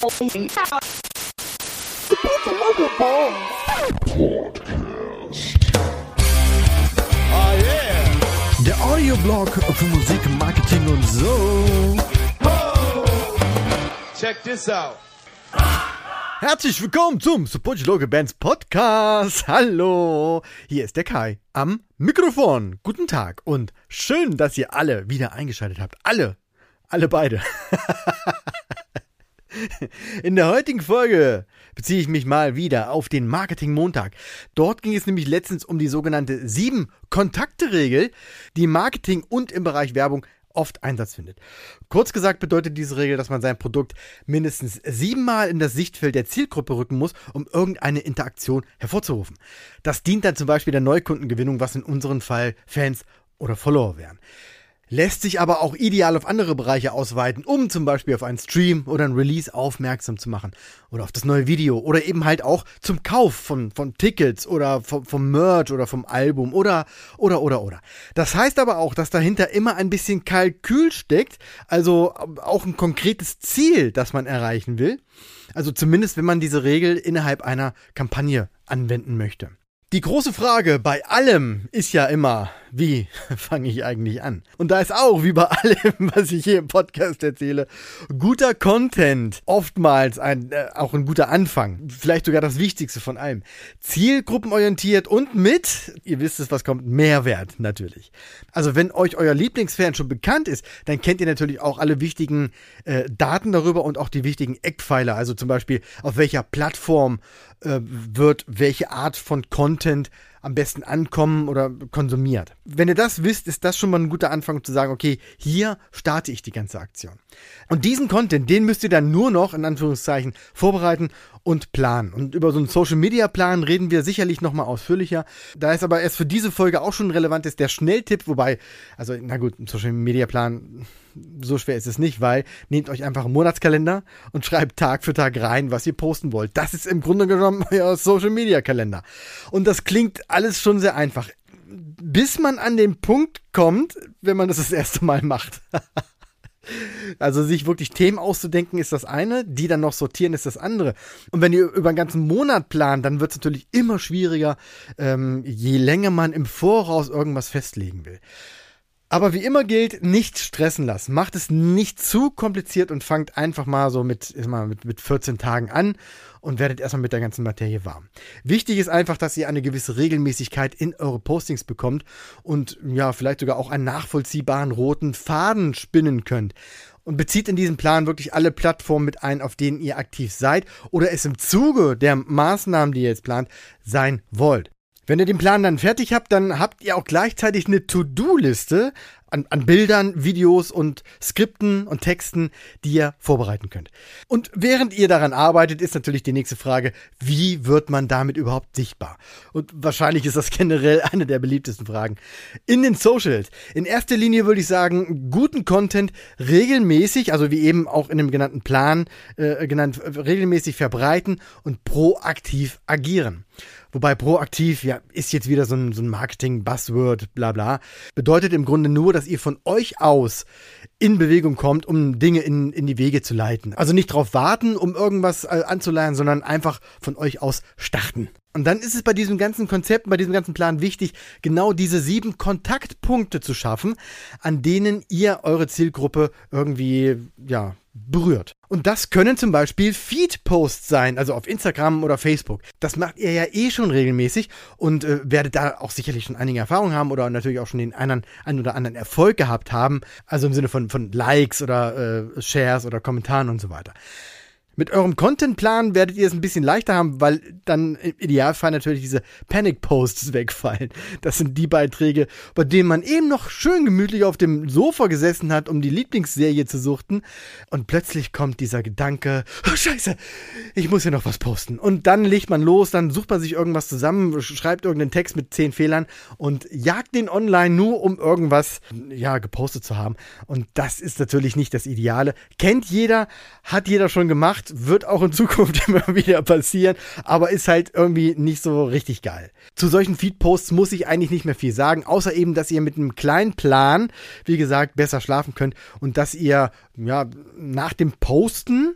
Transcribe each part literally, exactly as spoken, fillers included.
Oh yeah. Der Audioblog für Musik, Marketing und so. Oh. Check this out. Herzlich willkommen zum Support Your Local Bands Podcast. Hallo, hier ist der Kai am Mikrofon. Guten Tag und schön, dass ihr alle wieder eingeschaltet habt. Alle, alle beide. In der heutigen Folge beziehe ich mich mal wieder auf den Marketing-Montag. Dort ging es nämlich letztens um die sogenannte sieben-Kontakte-Regel, die im Marketing und im Bereich Werbung oft Einsatz findet. Kurz gesagt bedeutet diese Regel, dass man sein Produkt mindestens siebenmal in das Sichtfeld der Zielgruppe rücken muss, um irgendeine Interaktion hervorzurufen. Das dient dann zum Beispiel der Neukundengewinnung, was in unserem Fall Fans oder Follower wären. Lässt sich aber auch ideal auf andere Bereiche ausweiten, um zum Beispiel auf einen Stream oder ein Release aufmerksam zu machen oder auf das neue Video oder eben halt auch zum Kauf von, von Tickets oder vom, vom Merch oder vom Album oder, oder, oder, oder. Das heißt aber auch, dass dahinter immer ein bisschen Kalkül steckt, also auch ein konkretes Ziel, das man erreichen will. Also zumindest, wenn man diese Regel innerhalb einer Kampagne anwenden möchte. Die große Frage bei allem ist ja immer, wie fange ich eigentlich an? Und da ist auch, wie bei allem, was ich hier im Podcast erzähle, guter Content oftmals ein, äh, auch ein guter Anfang. Vielleicht sogar das Wichtigste von allem. Zielgruppenorientiert und mit, ihr wisst es, was kommt, Mehrwert natürlich. Also wenn euch euer Lieblingsfan schon bekannt ist, dann kennt ihr natürlich auch alle wichtigen äh, Daten darüber und auch die wichtigen Eckpfeiler. Also zum Beispiel, auf welcher Plattform äh, wird welche Art von Content am besten ankommen oder konsumiert. Wenn ihr das wisst, ist das schon mal ein guter Anfang zu sagen, okay, hier starte ich die ganze Aktion. Und diesen Content, den müsst ihr dann nur noch, in Anführungszeichen, vorbereiten und planen. Und über so einen Social-Media-Plan reden wir sicherlich nochmal ausführlicher. Da ist aber erst für diese Folge auch schon relevant ist der Schnelltipp, wobei, also na gut, ein Social-Media-Plan, so schwer ist es nicht, weil nehmt euch einfach einen Monatskalender und schreibt Tag für Tag rein, was ihr posten wollt. Das ist im Grunde genommen euer Social-Media-Kalender. Und das klingt alles schon sehr einfach. Bis man an den Punkt kommt, wenn man das das erste Mal macht. Also sich wirklich Themen auszudenken ist das eine, die dann noch sortieren ist das andere. Und wenn ihr über einen ganzen Monat plant, dann wird es natürlich immer schwieriger, ähm, je länger man im Voraus irgendwas festlegen will. Aber wie immer gilt, nicht stressen lassen. Macht es nicht zu kompliziert und fangt einfach mal so mit, mal mit, mit vierzehn Tagen an und werdet erstmal mit der ganzen Materie warm. Wichtig ist einfach, dass ihr eine gewisse Regelmäßigkeit in eure Postings bekommt und ja, vielleicht sogar auch einen nachvollziehbaren roten Faden spinnen könnt. Und bezieht in diesem Plan wirklich alle Plattformen mit ein, auf denen ihr aktiv seid oder es im Zuge der Maßnahmen, die ihr jetzt plant, sein wollt. Wenn ihr den Plan dann fertig habt, dann habt ihr auch gleichzeitig eine To-Do-Liste an, an Bildern, Videos und Skripten und Texten, die ihr vorbereiten könnt. Und während ihr daran arbeitet, ist natürlich die nächste Frage, wie wird man damit überhaupt sichtbar? Und wahrscheinlich ist das generell eine der beliebtesten Fragen. In den Socials. In erster Linie würde ich sagen, guten Content regelmäßig, also wie eben auch in dem genannten Plan äh, genannt, regelmäßig verbreiten und proaktiv agieren. Wobei proaktiv, ja, ist jetzt wieder so ein, so ein Marketing-Buzzword, bla bla. Bedeutet im Grunde nur, dass ihr von euch aus in Bewegung kommt, um Dinge in, in die Wege zu leiten. Also nicht drauf warten, um irgendwas äh, anzuleiern, sondern einfach von euch aus starten. Und dann ist es bei diesem ganzen Konzept, bei diesem ganzen Plan wichtig, genau diese sieben Kontaktpunkte zu schaffen, an denen ihr eure Zielgruppe irgendwie, ja, berührt. Und das können zum Beispiel Feed-Posts sein, also auf Instagram oder Facebook. Das macht ihr ja eh schon regelmäßig und äh, werdet da auch sicherlich schon einige Erfahrungen haben oder natürlich auch schon den einen, einen oder anderen Erfolg gehabt haben. Also im Sinne von, von Likes oder äh, Shares oder Kommentaren und so weiter. Mit eurem Contentplan werdet ihr es ein bisschen leichter haben, weil dann im Idealfall natürlich diese Panic-Posts wegfallen. Das sind die Beiträge, bei denen man eben noch schön gemütlich auf dem Sofa gesessen hat, um die Lieblingsserie zu suchten. Und plötzlich kommt dieser Gedanke, oh Scheiße, ich muss hier noch was posten. Und dann legt man los, dann sucht man sich irgendwas zusammen, schreibt irgendeinen Text mit zehn Fehlern und jagt den online nur, um irgendwas, ja, gepostet zu haben. Und das ist natürlich nicht das Ideale. Kennt jeder, hat jeder schon gemacht. Wird auch in Zukunft immer wieder passieren, aber ist halt irgendwie nicht so richtig geil. Zu solchen Feed-Posts muss ich eigentlich nicht mehr viel sagen, außer eben, dass ihr mit einem kleinen Plan, wie gesagt, besser schlafen könnt und dass ihr ja nach dem Posten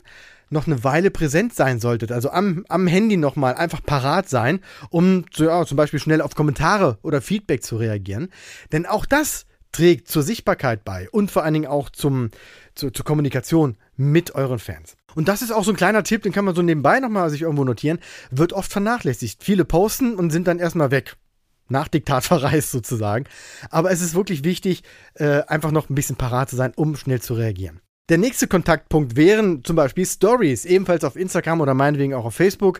noch eine Weile präsent sein solltet, also am, am Handy nochmal einfach parat sein, um ja, zum Beispiel schnell auf Kommentare oder Feedback zu reagieren. Denn auch das trägt zur Sichtbarkeit bei und vor allen Dingen auch zum, zu, zur Kommunikation mit euren Fans. Und das ist auch so ein kleiner Tipp, den kann man so nebenbei nochmal sich irgendwo notieren, wird oft vernachlässigt. Viele posten und sind dann erstmal weg. Nach Diktat verreist sozusagen. Aber es ist wirklich wichtig, äh, einfach noch ein bisschen parat zu sein, um schnell zu reagieren. Der nächste Kontaktpunkt wären zum Beispiel Stories, ebenfalls auf Instagram oder meinetwegen auch auf Facebook.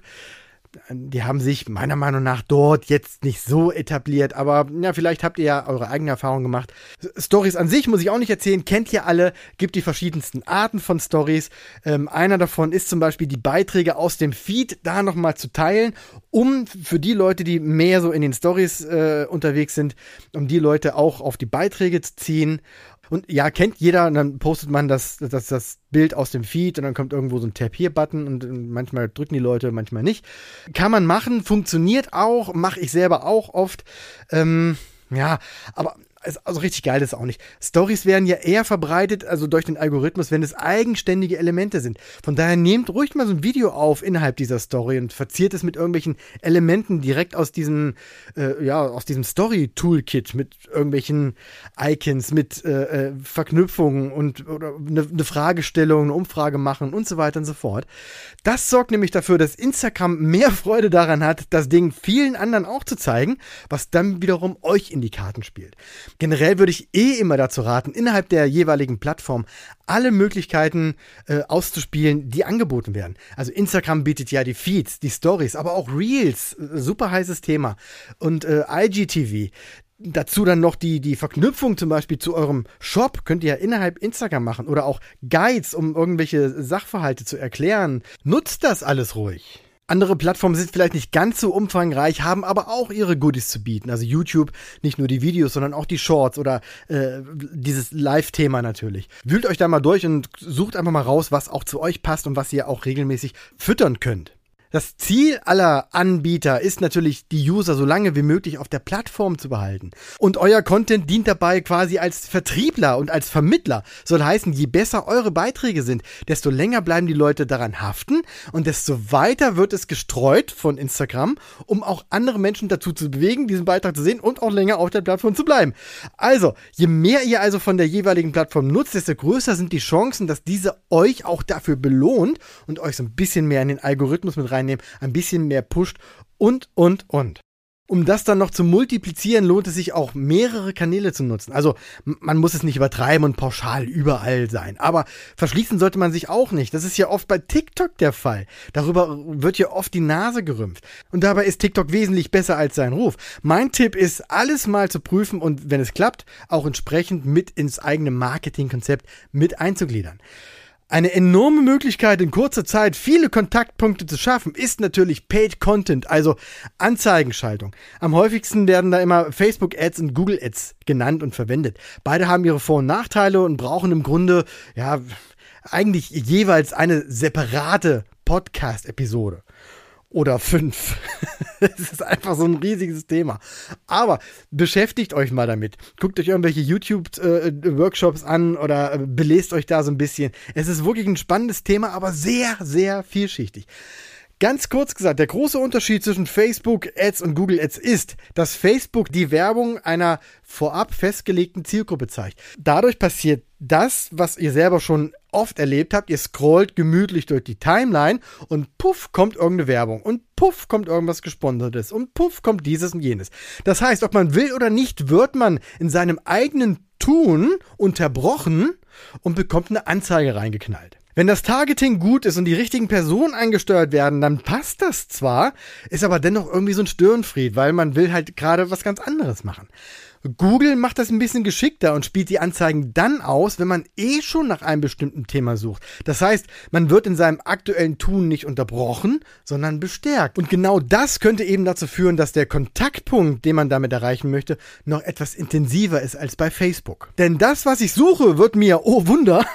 Die haben sich meiner Meinung nach dort jetzt nicht so etabliert, aber ja, vielleicht habt ihr ja eure eigene Erfahrung gemacht. Stories an sich muss ich auch nicht erzählen, kennt ihr alle, gibt die verschiedensten Arten von Stories. Ähm, einer davon ist zum Beispiel die Beiträge aus dem Feed da nochmal zu teilen, um für die Leute, die mehr so in den Stories äh, unterwegs sind, um die Leute auch auf die Beiträge zu ziehen. Und ja, kennt jeder, und dann postet man das, das, das Bild aus dem Feed und dann kommt irgendwo so ein Tab-Hier-Button und manchmal drücken die Leute, manchmal nicht. Kann man machen, funktioniert auch, mache ich selber auch oft. Ähm, ja, aber also richtig geil ist es auch nicht. Stories werden ja eher verbreitet, also durch den Algorithmus, wenn es eigenständige Elemente sind. Von daher nehmt ruhig mal so ein Video auf innerhalb dieser Story und verziert es mit irgendwelchen Elementen direkt aus diesem, äh, ja, aus diesem Story-Toolkit mit irgendwelchen Icons, mit äh, Verknüpfungen und oder eine, eine Fragestellung, eine Umfrage machen und so weiter und so fort. Das sorgt nämlich dafür, dass Instagram mehr Freude daran hat, das Ding vielen anderen auch zu zeigen, was dann wiederum euch in die Karten spielt. Generell würde ich eh immer dazu raten, innerhalb der jeweiligen Plattform alle Möglichkeiten äh, auszuspielen, die angeboten werden. Also Instagram bietet ja die Feeds, die Stories, aber auch Reels, äh, super heißes Thema. Und äh, I G T V. Dazu dann noch die, die Verknüpfung zum Beispiel zu eurem Shop könnt ihr ja innerhalb Instagram machen oder auch Guides, um irgendwelche Sachverhalte zu erklären. Nutzt das alles ruhig. Andere Plattformen sind vielleicht nicht ganz so umfangreich, haben aber auch ihre Goodies zu bieten. Also YouTube, nicht nur die Videos, sondern auch die Shorts oder äh, dieses Live-Thema natürlich. Wühlt euch da mal durch und sucht einfach mal raus, was auch zu euch passt und was ihr auch regelmäßig füttern könnt. Das Ziel aller Anbieter ist natürlich, die User so lange wie möglich auf der Plattform zu behalten. Und euer Content dient dabei quasi als Vertriebler und als Vermittler. Soll heißen, je besser eure Beiträge sind, desto länger bleiben die Leute daran haften und desto weiter wird es gestreut von Instagram, um auch andere Menschen dazu zu bewegen, diesen Beitrag zu sehen und auch länger auf der Plattform zu bleiben. Also, je mehr ihr also von der jeweiligen Plattform nutzt, desto größer sind die Chancen, dass diese euch auch dafür belohnt und euch so ein bisschen mehr in den Algorithmus mit reinnehmen, ein bisschen mehr pusht und, und, und. Um das dann noch zu multiplizieren, lohnt es sich auch, mehrere Kanäle zu nutzen. Also man muss es nicht übertreiben und pauschal überall sein. Aber verschließen sollte man sich auch nicht. Das ist ja oft bei TikTok der Fall. Darüber wird ja oft die Nase gerümpft. Und dabei ist TikTok wesentlich besser als sein Ruf. Mein Tipp ist, alles mal zu prüfen und wenn es klappt, auch entsprechend mit ins eigene Marketingkonzept mit einzugliedern. Eine enorme Möglichkeit, in kurzer Zeit viele Kontaktpunkte zu schaffen, ist natürlich Paid Content, also Anzeigenschaltung. Am häufigsten werden da immer Facebook-Ads und Google-Ads genannt und verwendet. Beide haben ihre Vor- und Nachteile und brauchen im Grunde, ja, eigentlich jeweils eine separate Podcast-Episode. Oder fünf. Es ist einfach so ein riesiges Thema. Aber beschäftigt euch mal damit. Guckt euch irgendwelche YouTube-Workshops äh, an oder äh, belest euch da so ein bisschen. Es ist wirklich ein spannendes Thema, aber sehr, sehr vielschichtig. Ganz kurz gesagt, der große Unterschied zwischen Facebook-Ads und Google-Ads ist, dass Facebook die Werbung einer vorab festgelegten Zielgruppe zeigt. Dadurch passiert das, was ihr selber schon oft erlebt habt. Ihr scrollt gemütlich durch die Timeline und puff, kommt irgendeine Werbung und puff, kommt irgendwas Gesponsertes und puff, kommt dieses und jenes. Das heißt, ob man will oder nicht, wird man in seinem eigenen Tun unterbrochen und bekommt eine Anzeige reingeknallt. Wenn das Targeting gut ist und die richtigen Personen eingesteuert werden, dann passt das zwar, ist aber dennoch irgendwie so ein Störenfried, weil man will halt gerade was ganz anderes machen. Google macht das ein bisschen geschickter und spielt die Anzeigen dann aus, wenn man eh schon nach einem bestimmten Thema sucht. Das heißt, man wird in seinem aktuellen Tun nicht unterbrochen, sondern bestärkt. Und genau das könnte eben dazu führen, dass der Kontaktpunkt, den man damit erreichen möchte, noch etwas intensiver ist als bei Facebook. Denn das, was ich suche, wird mir, oh Wunder,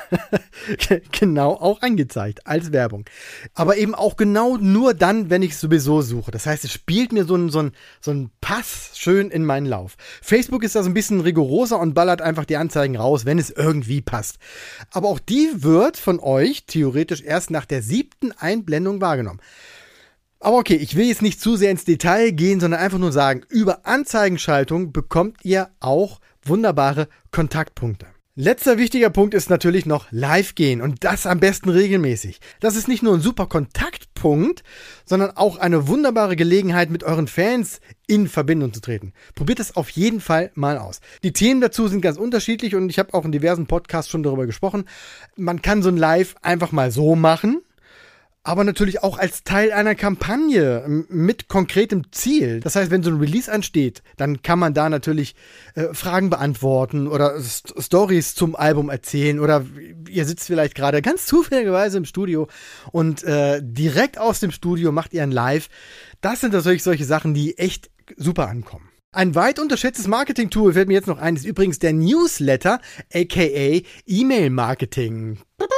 genau auch angezeigt als Werbung. Aber eben auch genau nur dann, wenn ich sowieso suche. Das heißt, es spielt mir so ein, so ein, so ein Pass schön in meinen Lauf. Facebook Facebook ist da so ein bisschen rigoroser und ballert einfach die Anzeigen raus, wenn es irgendwie passt. Aber auch die wird von euch theoretisch erst nach der siebten Einblendung wahrgenommen. Aber okay, ich will jetzt nicht zu sehr ins Detail gehen, sondern einfach nur sagen, über Anzeigenschaltung bekommt ihr auch wunderbare Kontaktpunkte. Letzter wichtiger Punkt ist natürlich noch live gehen und das am besten regelmäßig. Das ist nicht nur ein super Kontaktpunkt, sondern auch eine wunderbare Gelegenheit, mit euren Fans in Verbindung zu treten. Probiert es auf jeden Fall mal aus. Die Themen dazu sind ganz unterschiedlich und ich habe auch in diversen Podcasts schon darüber gesprochen. Man kann so ein Live einfach mal so machen, aber natürlich auch als Teil einer Kampagne mit konkretem Ziel. Das heißt, wenn so ein Release ansteht, dann kann man da natürlich äh, Fragen beantworten oder St- Stories zum Album erzählen oder ihr sitzt vielleicht gerade ganz zufälligerweise im Studio und äh, direkt aus dem Studio macht ihr ein Live. Das sind natürlich solche Sachen, die echt super ankommen. Ein weit unterschätztes Marketing-Tool fällt mir jetzt noch ein, ist übrigens der Newsletter, aka E-Mail-Marketing.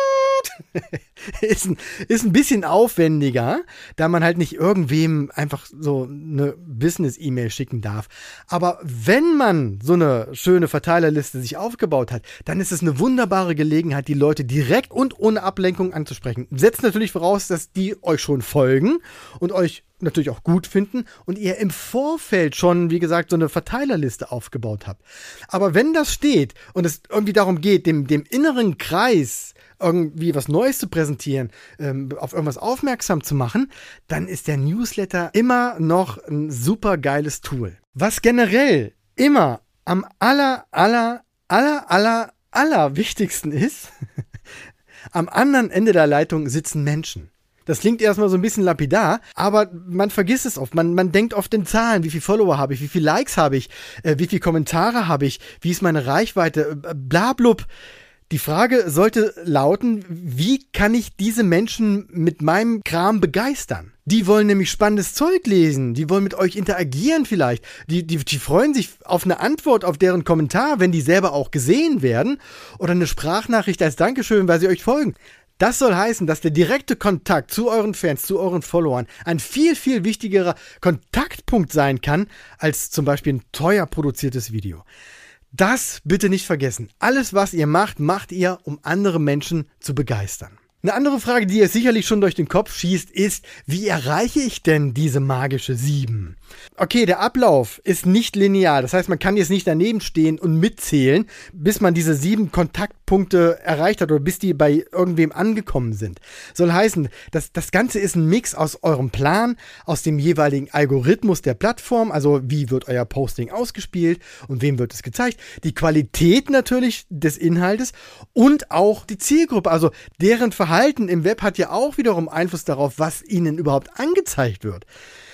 ist, ein, ist ein bisschen aufwendiger, da man halt nicht irgendwem einfach so eine Business-E-Mail schicken darf. Aber wenn man so eine schöne Verteilerliste sich aufgebaut hat, dann ist es eine wunderbare Gelegenheit, die Leute direkt und ohne Ablenkung anzusprechen. Setzt natürlich voraus, dass die euch schon folgen und euch natürlich auch gut finden und ihr im Vorfeld schon, wie gesagt, so eine Verteilerliste aufgebaut habt. Aber wenn das steht und es irgendwie darum geht, dem, dem inneren Kreis irgendwie was Neues zu präsentieren, ähm, auf irgendwas aufmerksam zu machen, dann ist der Newsletter immer noch ein super geiles Tool. Was generell immer am aller, aller, aller, aller, aller wichtigsten ist, am anderen Ende der Leitung sitzen Menschen. Das klingt erstmal so ein bisschen lapidar, aber man vergisst es oft. Man, man denkt oft in Zahlen, wie viele Follower habe ich, wie viele Likes habe ich, äh, wie viele Kommentare habe ich, wie ist meine Reichweite, äh, blablub. Die Frage sollte lauten, wie kann ich diese Menschen mit meinem Kram begeistern? Die wollen nämlich spannendes Zeug lesen, die wollen mit euch interagieren vielleicht, die, die, die freuen sich auf eine Antwort auf deren Kommentar, wenn die selber auch gesehen werden oder eine Sprachnachricht als Dankeschön, weil sie euch folgen. Das soll heißen, dass der direkte Kontakt zu euren Fans, zu euren Followern ein viel, viel wichtigerer Kontaktpunkt sein kann, als zum Beispiel ein teuer produziertes Video. Das bitte nicht vergessen. Alles, was ihr macht, macht ihr, um andere Menschen zu begeistern. Eine andere Frage, die ihr sicherlich schon durch den Kopf schießt, ist, wie erreiche ich denn diese magische sieben? Okay, der Ablauf ist nicht linear. Das heißt, man kann jetzt nicht daneben stehen und mitzählen, bis man diese sieben Kontaktpunkte erreicht hat oder bis die bei irgendwem angekommen sind. Soll heißen, dass das Ganze ist ein Mix aus eurem Plan, aus dem jeweiligen Algorithmus der Plattform, also wie wird euer Posting ausgespielt und wem wird es gezeigt, die Qualität natürlich des Inhaltes und auch die Zielgruppe, also deren Verhalten im Web hat ja auch wiederum Einfluss darauf, was ihnen überhaupt angezeigt wird.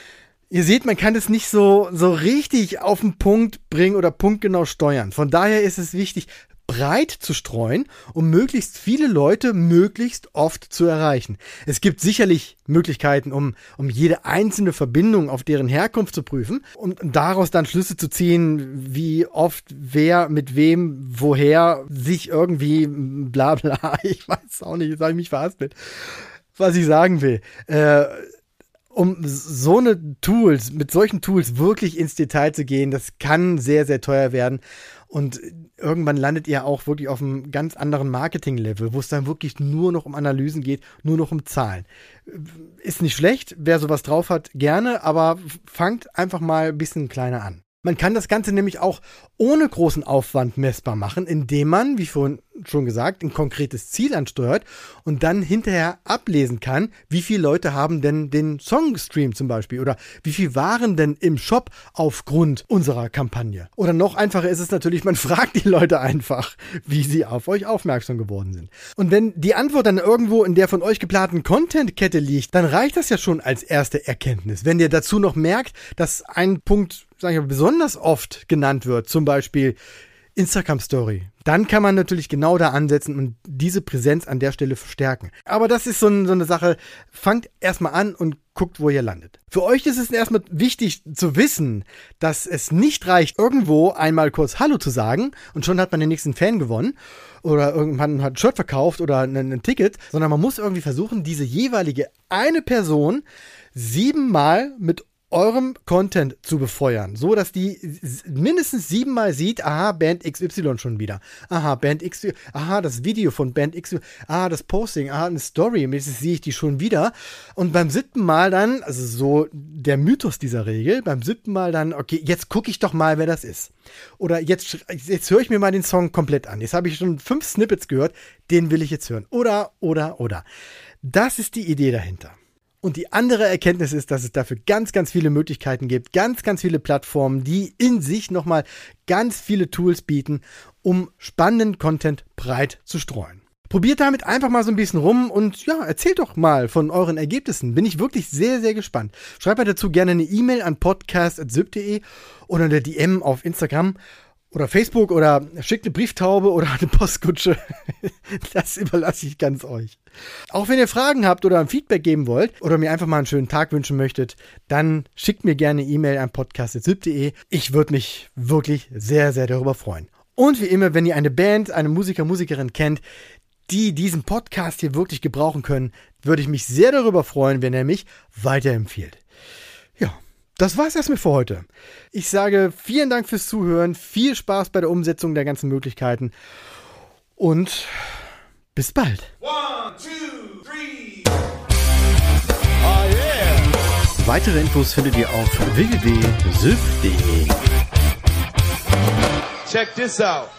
Ihr seht, man kann es nicht so, so richtig auf den Punkt bringen oder punktgenau steuern. Von daher ist es wichtig, breit zu streuen, um möglichst viele Leute möglichst oft zu erreichen. Es gibt sicherlich Möglichkeiten, um, um jede einzelne Verbindung auf deren Herkunft zu prüfen und daraus dann Schlüsse zu ziehen, wie oft wer mit wem, woher sich irgendwie bla bla, ich weiß auch nicht, jetzt habe ich mich verhaspelt, was ich sagen will. Äh, Um so eine Tools, mit solchen Tools wirklich ins Detail zu gehen, das kann sehr, sehr teuer werden. Und irgendwann landet ihr auch wirklich auf einem ganz anderen Marketing-Level, wo es dann wirklich nur noch um Analysen geht, nur noch um Zahlen. Ist nicht schlecht, wer sowas drauf hat, gerne, aber fangt einfach mal ein bisschen kleiner an. Man kann das Ganze nämlich auch ohne großen Aufwand messbar machen, indem man, wie vorhin schon gesagt, ein konkretes Ziel ansteuert und dann hinterher ablesen kann, wie viele Leute haben denn den Song gestreamt zum Beispiel oder wie viel waren denn im Shop aufgrund unserer Kampagne. Oder noch einfacher ist es natürlich, man fragt die Leute einfach, wie sie auf euch aufmerksam geworden sind. Und wenn die Antwort dann irgendwo in der von euch geplanten Content-Kette liegt, dann reicht das ja schon als erste Erkenntnis. Wenn ihr dazu noch merkt, dass ein Punkt, sag ich mal, besonders oft genannt wird, zum Beispiel Instagram Story, dann kann man natürlich genau da ansetzen und diese Präsenz an der Stelle verstärken. Aber das ist so, ein, so eine Sache, fangt erstmal an und guckt, wo ihr landet. Für euch ist es erstmal wichtig zu wissen, dass es nicht reicht, irgendwo einmal kurz Hallo zu sagen und schon hat man den nächsten Fan gewonnen oder irgendwann hat ein Shirt verkauft oder ein, ein Ticket, sondern man muss irgendwie versuchen, diese jeweilige eine Person siebenmal mit eurem Content zu befeuern, so dass die mindestens siebenmal sieht, aha, Band X Y schon wieder. Aha, Band X Y, aha, das Video von Band X Y, aha, das Posting, aha, eine Story, mäßig sehe ich die schon wieder. Und beim siebten Mal dann, also so der Mythos dieser Regel, beim siebten Mal dann, okay, jetzt gucke ich doch mal, wer das ist. Oder jetzt, jetzt höre ich mir mal den Song komplett an. Jetzt habe ich schon fünf Snippets gehört, den will ich jetzt hören. Oder, oder, oder. Das ist die Idee dahinter. Und die andere Erkenntnis ist, dass es dafür ganz, ganz viele Möglichkeiten gibt, ganz, ganz viele Plattformen, die in sich nochmal ganz viele Tools bieten, um spannenden Content breit zu streuen. Probiert damit einfach mal so ein bisschen rum und ja, erzählt doch mal von euren Ergebnissen. Bin ich wirklich sehr, sehr gespannt. Schreibt mir dazu gerne eine E-Mail an podcast at syp punkt de oder eine D M auf Instagram oder Facebook oder schickt eine Brieftaube oder eine Postkutsche. Das überlasse ich ganz euch. Auch wenn ihr Fragen habt oder ein Feedback geben wollt oder mir einfach mal einen schönen Tag wünschen möchtet, dann schickt mir gerne eine E-Mail an podcast at syp punkt de. Ich würde mich wirklich sehr, sehr darüber freuen. Und wie immer, wenn ihr eine Band, eine Musiker, Musikerin kennt, die diesen Podcast hier wirklich gebrauchen können, würde ich mich sehr darüber freuen, wenn er mich weiterempfiehlt. Ja. Das war's erstmal für heute. Ich sage vielen Dank fürs Zuhören, viel Spaß bei der Umsetzung der ganzen Möglichkeiten und bis bald. One, two, three. Oh yeah. Weitere Infos findet ihr auf w w w punkt syp punkt de. Check this out.